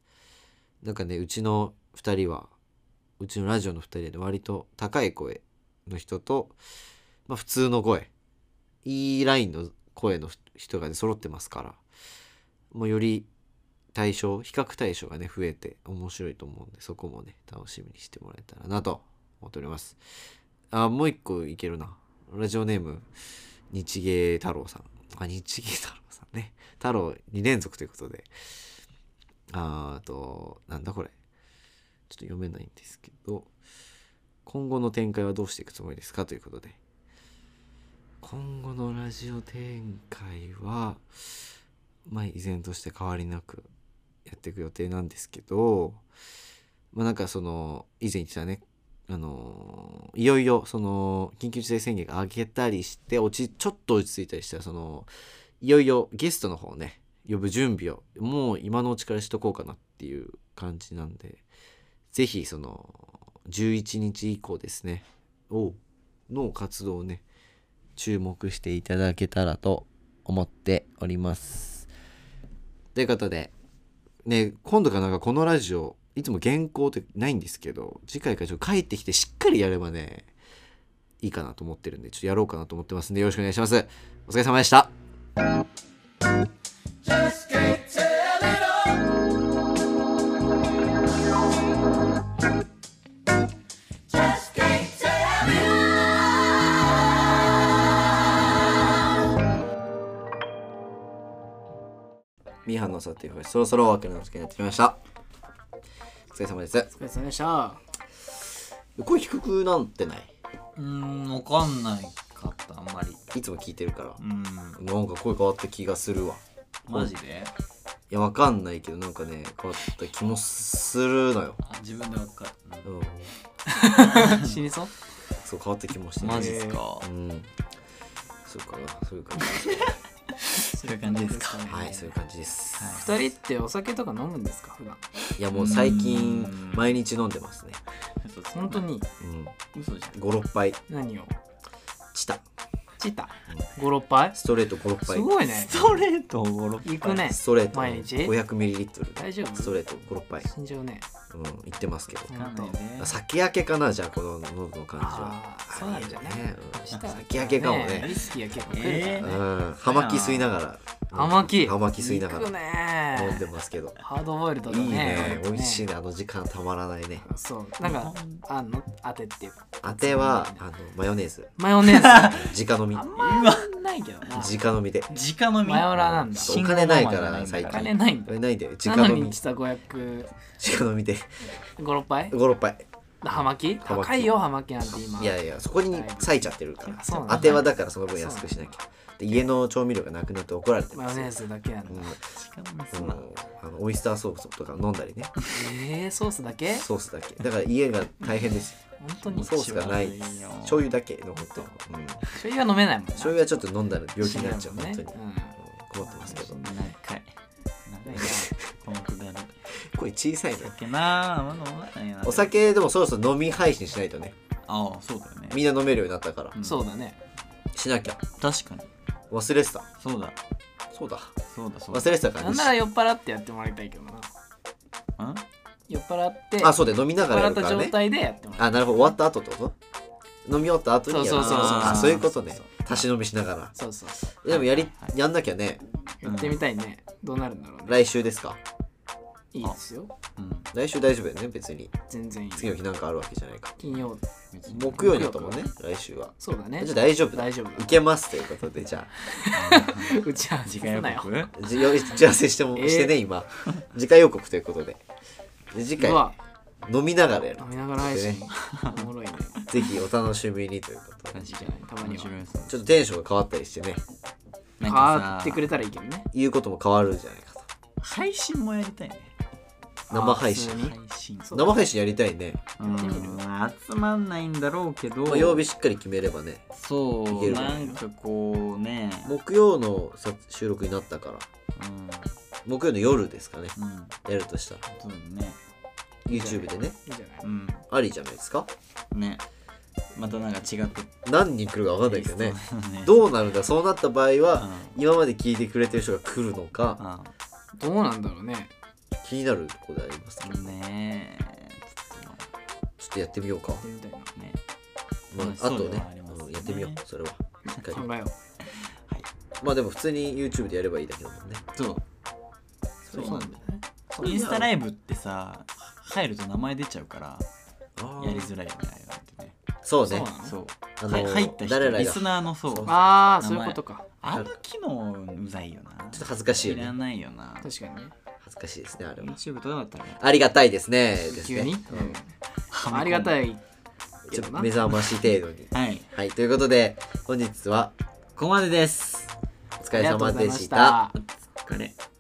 なんかねうちのふたりはうちのラジオのふたりで割と高い声の人と、まあ、普通の声いいラインの声の人がね揃ってますから、もうより対象比較対象がね増えて面白いと思うんで、そこもね楽しみにしてもらえたらなと思っております。あ、もう一個いけるな。ラジオネーム日芸太郎さん、あ日芸太郎さんね、太郎に連続ということで、ああとなんだこれちょっと読めないんですけど、今後の展開はどうしていくつもりですかということで、今後のラジオ展開はまあ依然として変わりなくやっていく予定なんですけど、まあなんかその以前言ってたね、あのいよいよその緊急事態宣言が明けたりして落ちちょっと落ち着いたりしたら、そのいよいよゲストの方をね呼ぶ準備をもう今のうちからしとこうかなっていう感じなんで、ぜひそのじゅういちにち以降ですねをの活動をね注目していただけたらと思っております。ということでね、今度かなんかこのラジオいつも原稿ってないんですけど、次回からちょっと帰ってきてしっかりやればねいいかなと思ってるんで、ちょっとやろうかなと思ってますんで、よろしくお願いします。お疲れ様でした。ミーハンのさていうそろそろお別れの時間になってきました。お疲れ様です。 お疲れ様でした。 声低くなんてない？ うーんわかんないかった、あんまり。 いつも聞いてるから、 うん、 なんか声変わった気がするわ。 マジで？ いやわかんないけどなんかね変わった気もするのよ。 あ、自分でわかる。 うん死にそう？ そう変わった気もしてる。 マジっすか？ うん。そうかな、そういう感じ。 そういう感じですかね。 はい、そういう感じです。 ふたりってお酒とか飲むんですか普段？ いやもう最近毎日飲んでますね。 本当に？ うん。 嘘じゃん。 ご、ろっぱい。 何を？ チタ。 チタ。ご、ろっぱい？ ストレートご、ろっぱい。 すごいね。 ストレートご、ろっぱい。 行くね。 ストレート毎日？ ごひゃくミリリットル。 大丈夫？ ストレートご、ろっぱい。 死んじゃうね。 うん、言ってますけど、 うんわかんないね酒焼けかなじゃあこの喉の感じはあーそうなんじゃないね、うんしたら酒焼けかもねウイスキーが結構来るからね、 うん、葉巻吸いながら葉巻葉巻吸いなが行くらね飲んでますけどハードボイルドだねいいね美味いしいねあの時間たまらないねそうなんかあんの当てっていうかあてはあのマヨネーズマヨネーズ直飲みあんまないけどな直飲みで直飲みマヨラーなんだお金ないから最お近金ないんだお金ないんだよな直飲みのに実はごひゃく直飲みでご、ろっぱいご、ろっぱい葉巻葉巻高いよ葉巻なんて今いやいやそこに割いちゃってるからそうなんだ当てはだからその分安くしなきゃで家の調味料がなくなって怒られてますよマヨネーズだけなんだ、 うん直飲みすなうんあのオイスターソースとか飲んだりねえー、ソースだけソースだけだから家が大変ですよ本当にソースがない一番いいよ醤油だけのこと、うん、 醤油は飲めないもんな醤油はちょっと飲んだら病気になっちゃうね本当に、 うんうん困ってますけど長い長いなこのくだり声小さいね酒なあまだ飲まないなお酒でもそろそろ飲み配信しないとねああそうだよねみんな飲めるようになったから、 うんそうだねしなきゃ確かに忘れてたそうだそうだそうだそうだ忘れてたからなんなら酔っ払ってやってもらいたいけどなうん酔っ払ってあそうだよ飲みながらや酔っ払ったるからね状態でやってもらいあなるほど終わった後ってこと飲み終わった後にやるそうそうそうそうあそういうことねそう足し飲みしながらそうそうそうでもやりはいやんなきゃねやってみたいねどうなるんだろうね来週ですかいいですようん来週大丈夫だよね別に全然いい次の日なんかあるわけじゃないか金曜別に木曜にだったもんね来週はそうだねじゃあ大丈夫だ大丈夫いけますということでじゃうちは次回予なよ告あじ打ち合わせしても、 えーしてね今次回予告ということでで次回うわ飲みながらやる飲みながら配信でねおもろいねぜひお楽しみにということで確かにたまには面白いですちょっとテンションが変わったりしてね変なんかさわってくれたらいいけどね言うことも変わるんじゃないかと配信もやりたいね生配信あ普通に配信そう生配信やりたいね、 うんってみる集まんないんだろうけどまあ、曜日しっかり決めればねそいうけるかななんかこうね木曜のさ収録になったからうん木曜の夜ですかねうんやるとしたらそうだね YouTube でねいいじゃないうんありじゃないですかねまたなんか違って何人来るか分かんないけどねそうだねどうなるんだそうなった場合は、 うん今まで聞いてくれてる人が来るのかあどうなんだろうね気になるところでありますけど、 ねえちょっとやってみようかやってみたいなちょっとねま楽しそうでああとねはありますねうんやってみようそれはしっかり考えよまあでも普通に YouTube でやればいいだけだもんねそううそうなんだよねインスタライブってさ入ると名前出ちゃうからあーやりづらいよねああいうのってねそうねそうなのそうあのはい入った人誰らがリスナーのそうそうああそう名前いうことかあの機能うざいよなちょっと恥ずかしいよいらねないよな確かにね恥ずかしいですねあれは YouTube とかだったらねありがたいですねですね急にうんありがたいけちょっどなと目覚まし程度にはいはいということで本日はここまでですお疲れ様でしたありがとうございましたお疲れ